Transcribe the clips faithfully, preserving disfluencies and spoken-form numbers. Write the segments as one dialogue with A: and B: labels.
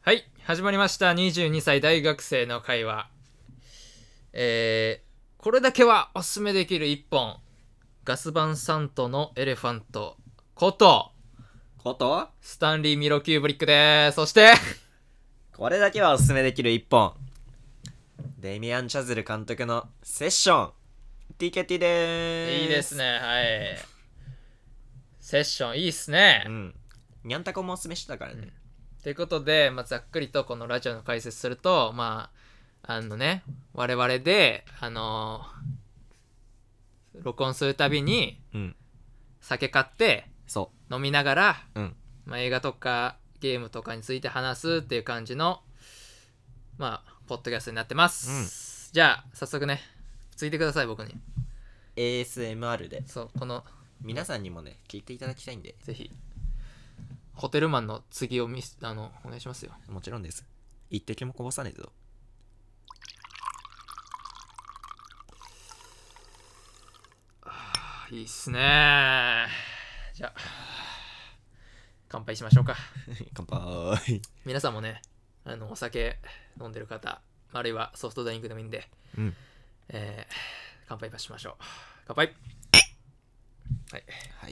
A: はい、始まりました。にじゅうにさい大学生の会話。えー、これだけはおすすめできる一本。ガスバンサントのエレファントこと
B: こと
A: スタンリー・ミロキューブリックです。そして
B: これだけはおすすめできる一本。デイミアン・チャズル監督のセッション ティーケーティー でーす。
A: いいですね。はい。セッションいいっすね。
B: うん。ニャンタコもおすすめしてたからね。
A: ということで、まあ、ざっくりとこのラジオの解説すると、まあ、あのね、我々で、あのー録音するたびに
B: うん。
A: 酒買って
B: そ
A: 飲みながら、
B: う。うん。
A: まあ、映画とかゲームとかについて話すっていう感じの、まあ、ポッドキャストになってます。じゃあ、早速ね、ついてください、僕に。
B: エーエスエムアール で
A: そう、この、
B: 皆さんにもね、聞いていただきたいんで。
A: ぜひ、ホテルマンの次を見す、あの、お願いしますよ。
B: もちろんです。一滴もこぼさねえぞ。
A: いいっすね。じゃあ、乾杯しましょうか。
B: 乾杯。
A: 皆さんもね、あの、お酒飲んでる方、あるいはソフトドリンクでもいいんで、
B: うん。
A: えー、乾杯しましょう。乾杯。はい。
B: はい。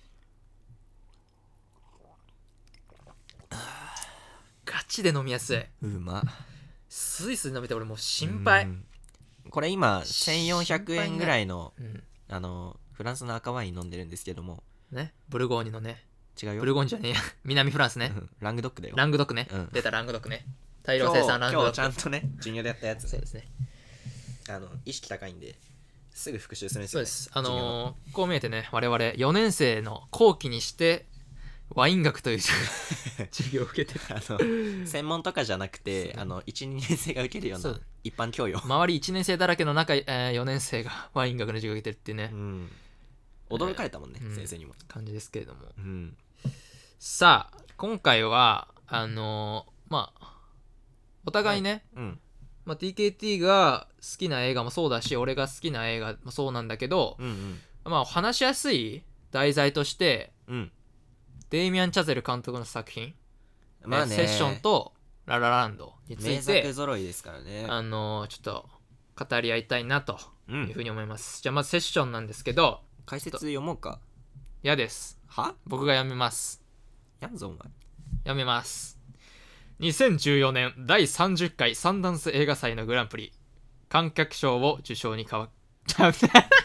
A: ガチで飲みやすい。
B: うま。
A: スイスで飲めて俺もう心配。
B: これ今せんよんひゃくえんぐらいの、
A: うん、
B: あのフランスの赤ワイン飲んでるんですけども
A: ね、ブルゴーニュのね、
B: 違うよ。
A: ブルゴーニュじゃねえや、南フランスね。
B: ラングドックだよ。
A: ラングドックね、
B: うん、
A: 出たラングドックね。大量生産ラングドック。
B: 今日ちゃんとね、授業でやったやつ、ね、
A: そうですね。
B: あの意識高いんですぐ復習するんですよ、ね、
A: そうです。あのー、こう見えてね、我々よねん生の後期にしてワイン学という授業を受けてる。
B: あの専門とかじゃなくて、あのいち、にねん生が受けるような一般教養。
A: 周りいちねん生だらけの中、えー、よねん生がワイン学の授業を受けてるっていうね、
B: うん、驚かれたもんね、
A: えー、
B: 先生にも、
A: うん、感じですけれども、
B: うん、
A: さあ今回はあのー、まあお互いね、はい、
B: うん、
A: まあ、ティーケーティー が好きな映画もそうだし、俺が好きな映画もそうなんだけど、
B: うんうん、
A: まあ話しやすい題材として、
B: うん、
A: デイミアン・チャゼル監督の作品、
B: まあね、
A: セッションとララランドについて
B: 名作揃いですからね、
A: あのー、ちょっと語り合いたいなというふうに思います、うん、じゃあまずセッションなんですけど、
B: 解説読もうか。
A: 嫌です。
B: は？
A: 僕が読みます。
B: やんぞお前。
A: 読みます。にせんじゅうよねんだいさんじゅっかいサンダンス映画祭のグランプリ観客賞を受賞に変わっちゃう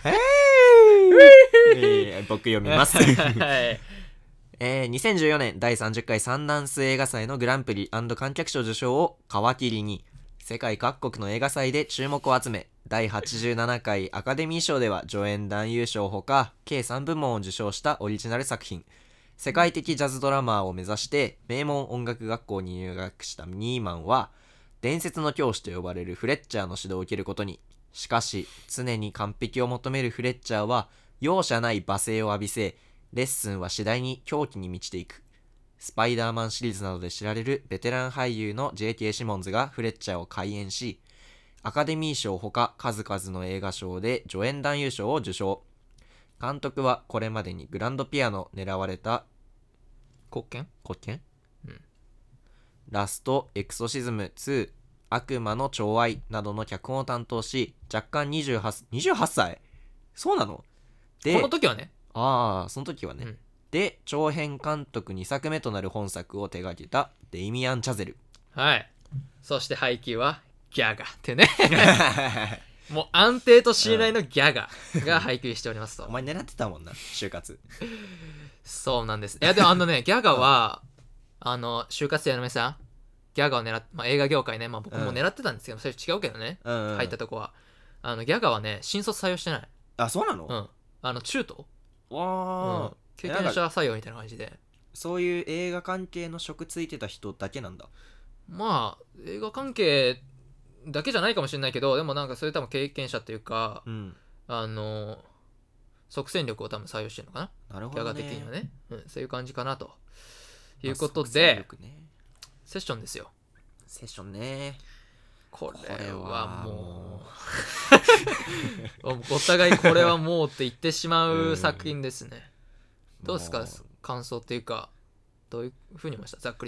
B: 僕読みます、
A: はい
B: えー、にせんじゅうよねんだいさんじゅっかいサンダンス映画祭のグランプリ&観客賞受賞を皮切りに、世界各国の映画祭で注目を集め、だいはちじゅうななかいアカデミー賞では助演男優賞ほか計さんぶもんを受賞したオリジナル作品。世界的ジャズドラマーを目指して名門音楽学校に入学したニーマンは、伝説の教師と呼ばれるフレッチャーの指導を受けることに。しかし常に完璧を求めるフレッチャーは容赦ない罵声を浴びせ、レッスンは次第に狂気に満ちていく。スパイダーマンシリーズなどで知られるベテラン俳優の ジェイケー シモンズがフレッチャーを開演し、アカデミー賞ほか数々の映画賞で助演男優賞を受賞。監督はこれまでにグランドピアノ、狙われた
A: 国権
B: 国権、
A: うん、
B: ラスト、エクソシズムツー、悪魔の寵愛などの脚本を担当し、若干にじゅうはち、にじゅうはっさい、そうなの？で
A: この時はね、
B: ああ、その時はね、うん、で、長編監督にさくめとなる本作を手掛けたデイミアン・チャゼル。
A: はい。そして配給はギャガってねもう安定と信頼のギャガが配給しておりますと、
B: お前狙ってたもんな、就活
A: そうなんです。いやでもあのねギャガはあの就活生の皆さん、ギャガを狙って、まあ、映画業界ね、まあ、僕も狙ってたんですけど、うん、それ違うけどね、うんうん、入ったとこはあのギャガはね新卒採用してない。
B: あ、そうなの？
A: うん、あの中途
B: わ、うん、
A: 経験者採用みたいな感じで、
B: そういう映画関係の職ついてた人だけなんだ。
A: まあ映画関係だけじゃないかもしれないけど、でもなんかそれ多分経験者っていうか、うん、あの即戦力を多分採用してるのかな。
B: なるほどね。
A: ギャガ的にはね、うん、そういう感じかなということで、まあね、セッションですよ。
B: セッションね。
A: これはもうお互いこれはもうって言ってしまう作品ですね。どうですか感想っていうか、どういう風に見ました？ざっくりと。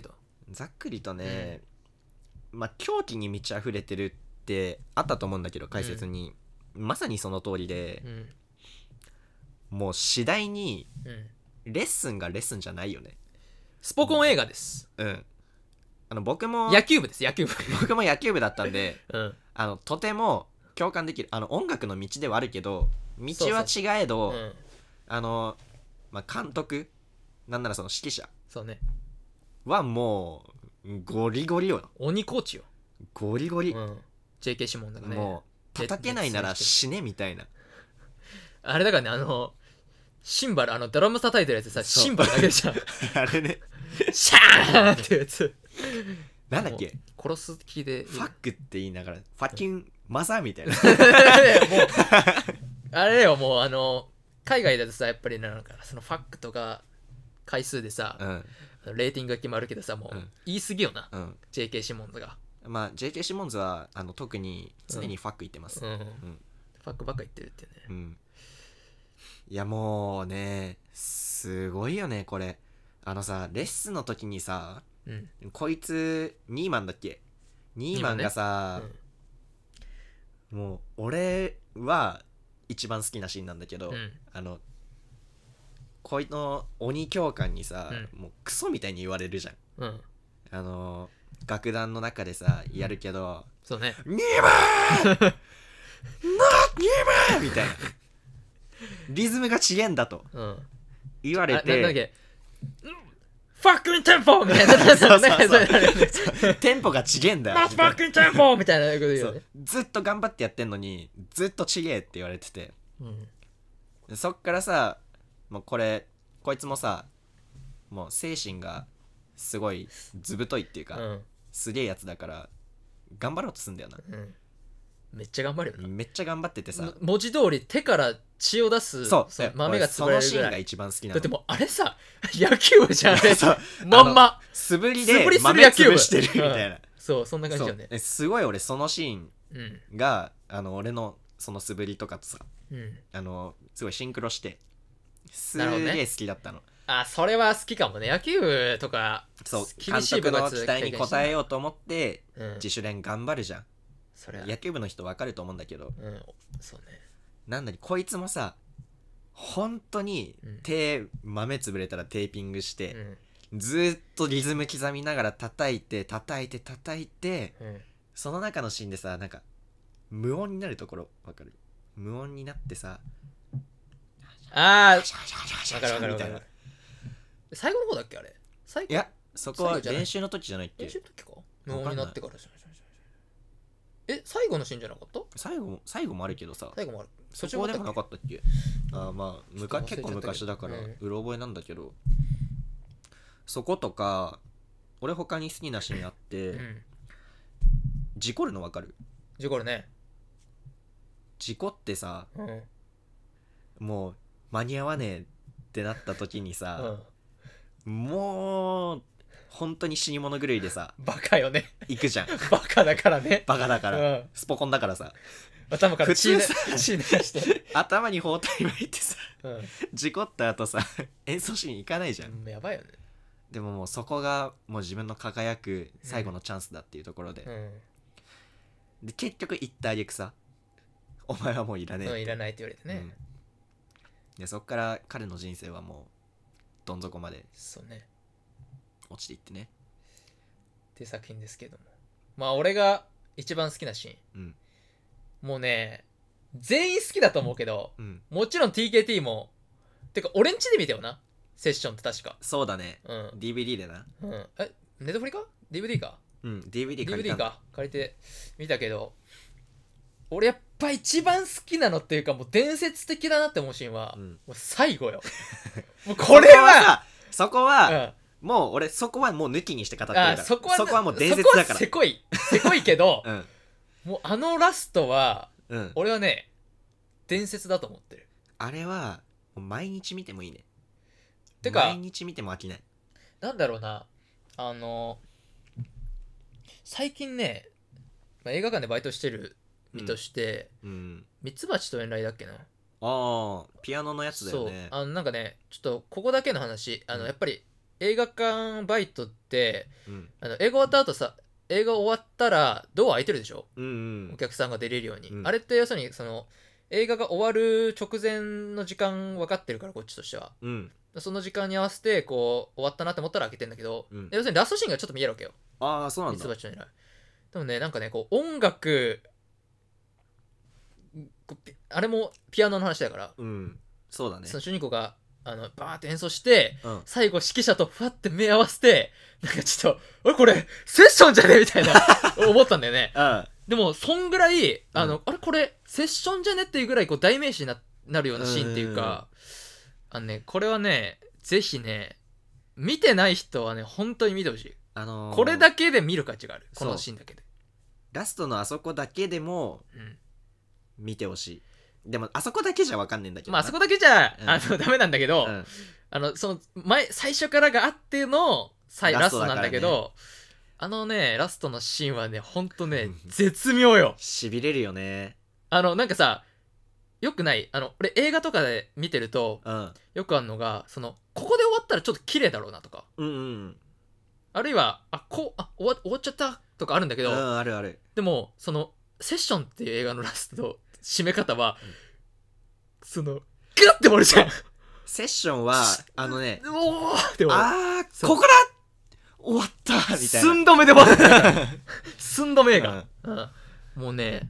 B: ざっくりとね、うん、まあ狂気に満ち溢れてるってあったと思うんだけど解説に、うん、まさにその通りで、うん、もう次第にレッスンがレッスンじゃないよね。
A: スポコン映画です。
B: うんあの僕も
A: 野球部です野球部
B: 僕も野球部だったんで、
A: うん、
B: あのとても共感できる。あの音楽の道ではあるけど道は違えど、そうそう、うん、あの、まあ、監督なんならその指揮者
A: そうね
B: はもうゴリゴリよ。
A: 鬼コーチよ。
B: ゴリゴリ、
A: うん、ジェイケー シモンだからね。
B: もう叩けないなら死ねみたいな。
A: あれだからね、あのシンバル、あのドラム叩いてるやつさ、シンバルだけじゃん
B: あれね
A: シャーンってやつ
B: なんだっけ、
A: 殺す気で
B: ファックって言いながらファッキンマザーみたいなもう
A: あれよ、もうあの海外だとさやっぱりなんかそのファックとか回数でさ、うん、レーティングが決まるけどさ、もう、うん、言い過ぎよな、うん、ジェイケー シモンズが。
B: まあ ジェイケー シモンズはあの特に常にファック言ってます、うんうんうん、
A: ファックばっか言ってるってね、うん、
B: いやもうねすごいよねこれ。あのさレッスンの時にさ、うん、こいつニーマンだっけ、ニーマンがさ、ね、うん、もう俺は一番好きなシーンなんだけど、うん、あのこいの鬼教官にさ、うん、もうクソみたいに言われるじゃん、うん、あの楽団の中でさやるけど、うん、
A: そうね、
B: ニーマンノッニーマンみたいなリズムが違えんだと、うん、言われて、なんだっけ、
A: ファックンテンポみたいなそうそう
B: そうテンポが違えんだよ
A: ファックンテンポみたいなこと言うよね。
B: ずっと頑張ってやってんのにずっと違えって言われてて、うん、そっからさもうこれこいつもさもう精神がすごいずぶといっていうか、うん、すげえやつだから頑張ろうとすんだよな、うん、
A: めっちゃ頑張るよな。
B: めっちゃ頑張っててさ
A: 文字通り手から血を出す、
B: そうそう
A: 豆が潰れるぐらい。
B: そのシーンが一番好きなの。
A: だってもうあれさ野球部じゃんまんま
B: 素振りで豆潰してるみたいな、うん、
A: そうそんな感じよね。
B: すごい俺そのシーンが、うん、あの俺のその素振りとかとさ、うん、あのすごいシンクロしてすげえ好きだったの、ね、
A: あそれは好きかもね。野球部とか
B: そう厳しい部活監督の期待に応えようと思って、うん、自主練頑張るじゃん。それ野球部の人分かると思うんだけど、うん、そうね。なんだにこいつもさ本当に手、うん、豆潰れたらテーピングして、うん、ずっとリズム刻みながら叩いて叩いて叩いて、うん、その中のシーンでさなんか無音になるところ分かる？無音になってさ
A: あー分かる分かる分かる。最後の方だっけあれ？最後
B: いやそこは練習の時じゃないっけ？
A: 練習の時か無音になってからじゃない。え最後のシーンじゃなかった？
B: 最後最後もあるけどさ
A: 最後もある。
B: そこでもなかったっけ？あまあむか結構昔だからうろ覚えなんだけど、うん、そことか俺他に好きなシーンあって、うん、事故るの分かる？
A: 事故るね。
B: 事故ってさ、うん、もう間に合わねえってなった時にさ、うん、もう本当に死に物狂いでさ
A: バカよね
B: 行くじゃん
A: バカだからね
B: バカだから、うん、スポコンだからさ
A: 頭から血出して
B: 頭に包帯巻いてさ、うん、事故った後さ演奏しに行かないじゃん、
A: うん、やばいよね。
B: でももうそこがもう自分の輝く最後のチャンスだっていうところで、うん、で結局行ったあげくさお前はもういらねえって、
A: うん、いらないって言われてね、
B: うん、でそっから彼の人生はもうどん底まで
A: そうね
B: 落ちていってね
A: っていう作品ですけども、まあ俺が一番好きなシーン、うん、もうね全員好きだと思うけど、うん、もちろん ティーケーティー もてか俺ん家で見たよなセッションって確か。
B: そうだね、うん、ディーブイディー でな、
A: うん、えネットフリか ディーブイディー か
B: うん ディーブイディー 借りた
A: ディーブイディー か借りて見たけど俺やっぱ一番好きなのっていうかもう伝説的だなって思うシーンは、うん、もう最後よもうこれは
B: そこは、うんもう俺そこはもう抜きにして語ってるから
A: そこは、
B: そこはもう伝説だから
A: せこいせこいけど、うん、もうあのラストは、うん、俺はね伝説だと思ってる。
B: あれはもう毎日見てもいいね。
A: てか
B: 毎日見ても飽きない。
A: なんだろうなあの最近ね、まあ、映画館でバイトしてる身として、うんうん、ミツバチと遠雷だっけな
B: あピアノのやつだよね。
A: そうあのなんかねちょっとここだけの話あの、うん、やっぱり映画館バイトって、
B: うん、
A: あの映画終わった後さ、映画終わったらドア開いてるでしょ、
B: うんうん、
A: お客さんが出れるように、
B: うん、
A: あれって要するにその映画が終わる直前の時間分かってるから、こっちとしては、
B: うん、
A: その時間に合わせてこう終わったなって思ったら開けてんだけど、
B: うん、
A: 要するにラストシーンがちょっと見えるわけよ。
B: ああそうなんだ。
A: ミツバチの狙いでもね、なんかねこう音楽、あれもピアノの話だから、
B: うん、そうだね。
A: その主人公があのバーって演奏して、
B: うん、
A: 最後指揮者とふわって目合わせて、なんかちょっと「おいこれセッションじゃね?」みたいな思ったんだよね。
B: うん、
A: でもそんぐらいあの、
B: うん、
A: あれこれセッションじゃねっていうぐらいこう代名詞に な, なるようなシーンっていうか、あのねこれはねぜひね見てない人はね本当に見てほしい、
B: あのー、
A: これだけで見る価値がある、このシーンだけで。
B: ラストのあそこだけでも
A: うん
B: 見てほしい。でもあそこだけじゃ分かんねえんだけど、
A: まああそこだけじゃ、
B: うん、
A: あのダメなんだけど、
B: うん、
A: あのその前最初からがあってのラストなんだけど、
B: ね、
A: あのねラストのシーンはねほんとね絶妙よ。
B: しびれるよね。
A: あのなんかさ、よくない、あの俺映画とかで見てると、
B: うん、
A: よくあるのがそのここで終わったらちょっと綺麗だろうなとか、
B: うんうん、あ
A: るいはあこうあ終わ終わっちゃったとかあるんだけど、
B: うん、あるある。
A: でもそのセッションっていう映画のラストの締め方は、うん、そのグッて終わるじゃん。
B: セッションはあのね、
A: おーって終わる。
B: あーここだ終わったみたいな、
A: 寸止めで終わる。寸止め映画、うんうん、もうね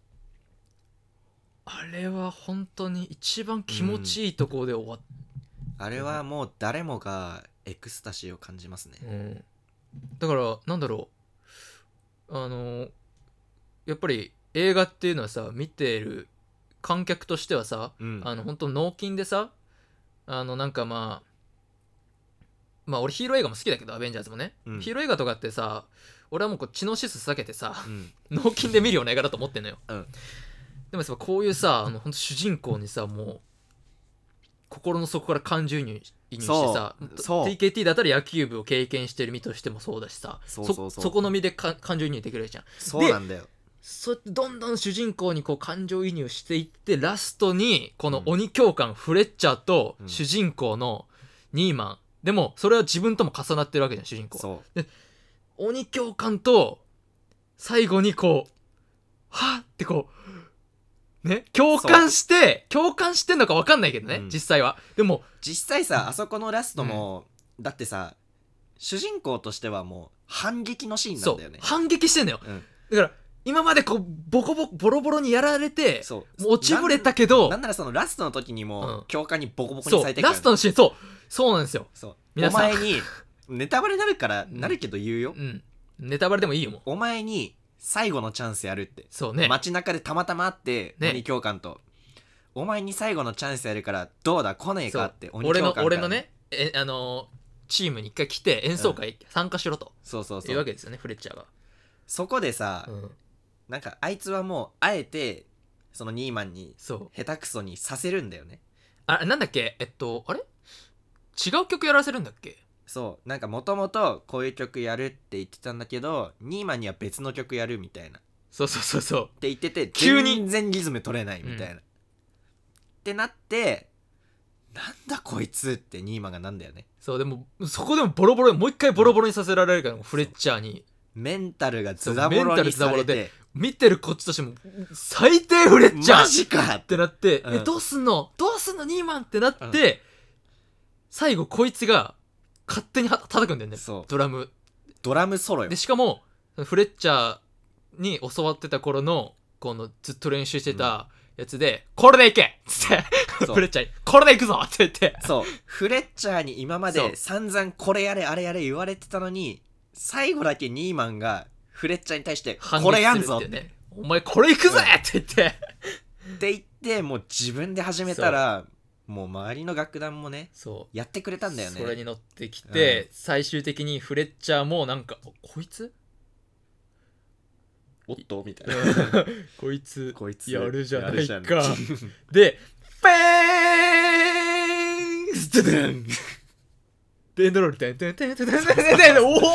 A: あれは本当に一番気持ちいいところで終わっ、
B: うん、あれはもう誰もがエクスタシーを感じますね、
A: うん、だからなんだろう、あのやっぱり映画っていうのはさ、見てる観客としてはさ、うん、あの本当脳筋でさ、あのなんかまあまあ俺ヒーロー映画も好きだけど、アベンジャーズもね、うん、ヒーロー映画とかってさ、俺はもうこう知能指数下げてさ、うん、脳筋で見るような映画だと思ってんのよ、うん、でもさこういうさ、あの本当主人公にさ、もう心の底から感情移入してさ、 ティーケーティー だったら野球部を経験してる身としてもそうだしさ、 そ, そ, そこの身でか感情移入できるじゃん。
B: そうなんだよ。
A: そどんどん主人公にこう感情移入していって、ラストにこの鬼教官フレッチャーと主人公のニーマン、うん、でもそれは自分とも重なってるわけじゃん、主人公。そうで鬼教官と最後にこうはっってこうね、共感して共感してんのか分かんないけどね、うん、実際は。でも
B: 実際さ、あそこのラストも、うん、だってさ主人公としてはもう反撃のシーンなんだよね。
A: そう反撃してんのよ、うん、だから今までこうボコボコボロボロにやられて、そうもう落ちぶれたけど、
B: なんならそのラストの時にも、うん、教官にボコボコにされてるから、ね、
A: そうラストのシーン、そうそうなんですよ。そう
B: 皆さんお前にネタバレになるからなるけど言うよ、
A: うん、ネタバレでもいいよ。もう
B: お前に最後のチャンスやるって。
A: そうね、
B: 街中でたまたま会って、ね、鬼教官とお前に最後のチャンスやるからどうだ来ねえかって鬼教官から、
A: 俺の俺のねえあのー、チームに一回来て演奏会参加しろと、うん、
B: そうそうそう
A: いうわけですよね、フレッチャーが。
B: そこでさ、うん、なんかあいつはもうあえてそのニーマンに下手くそにさせるんだよね。
A: あなんだっけ、えっとあれ違う曲やらせるんだっけ。
B: そうなんかもともとこういう曲やるって言ってたんだけど、ニーマンには別の曲やるみたいな、
A: そうそうそうそう
B: って言ってて、急に全然リズム取れないみたいな、うん、ってなって、なんだこいつってニーマンがなんだよね。
A: そうでもそこでもボロボロもう一回ボロボロにさせられるから、うん、フレッチャーに
B: メンタルがズタボロにされて、
A: 見てるこっちとしても最低フレッチャー
B: マジか
A: ってなって、うん、えどうすんのどうすんのニーマンってなって、うん、最後こいつが勝手に叩くんだよね。そうドラム
B: ドラムソロよ。
A: でしかもフレッチャーに教わってた頃のこのずっと練習してたやつで、うん、これでいけっつってフレッチャーにこれでいくぞって言って、
B: そうフレッチャーに今まで散々これやれあれやれ言われてたのに、最後だけニーマンがフレッチャーに対してこれやんぞって、ね、
A: お前これいくぜって言って
B: って言ってもう自分で始めたら、もう周りの楽団もねそうやってくれたんだよね。
A: それに乗ってきて、うん、最終的にフレッチャーもなんかこいつ
B: おっとみたいな
A: こいつ
B: こいつ
A: やるじゃないかでペーンステデンでエンドロールテンテンテンテンテンテンテンテンおお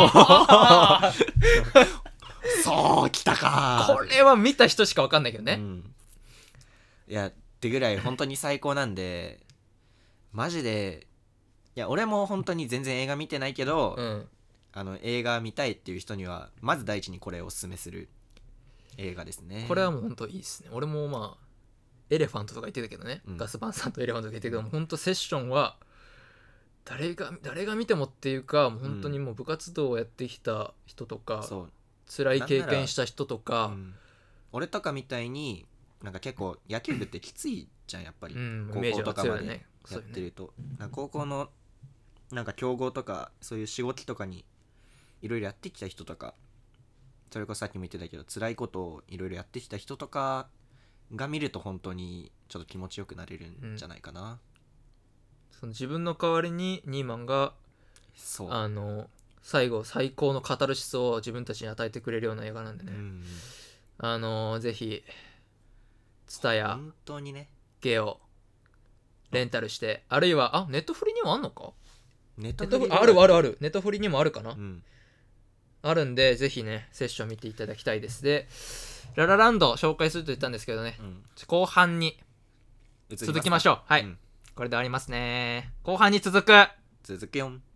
B: そうきたか。
A: これは見た人しか分かんないけどね、うん、
B: いやってぐらい本当に最高なんでマジでや俺も本当に全然映画見てないけど、
A: うん、
B: あの映画見たいっていう人にはまず第一にこれをおすすめする映画ですね。
A: これはもう本当いいですね。俺もまあエレファントとか言ってたけどね、
B: うん、
A: ガスバンさんとエレファントとか言ってたけど、もう本当セッションは誰が誰が見てもっていうか、もう本当にもう部活動をやってきた人とか、
B: そう
A: 辛い経験した人とか、
B: うん、俺とかみたいになんか結構野球部ってきついじゃんやっぱり、うん、高校とかまでやってると、ね、なんか高校のなんか強豪とかそういうしごきとかにいろいろやってきた人とか、それこそさっきも言ってたけど辛いことをいろいろやってきた人とかが見ると本当にちょっと気持ちよくなれるんじゃないかな、うん、
A: その自分の代わりにニーマンが
B: そう
A: あの最後最高のカタルシスを自分たちに与えてくれるような映画なんでね、うん、あのぜひツタヤ
B: 本当にね
A: ゲオレンタルして、あるいはあネットフリにもあんのか、
B: ネットフリ
A: あるあるあるネットフリにもあるかな、
B: うん、
A: あるんでぜひねセッション見ていただきたいです。でララランド紹介すると言ったんですけどね、うん、後半に続きましょう。はい、うん、これで終わりますね。後半に続く
B: 続くよん。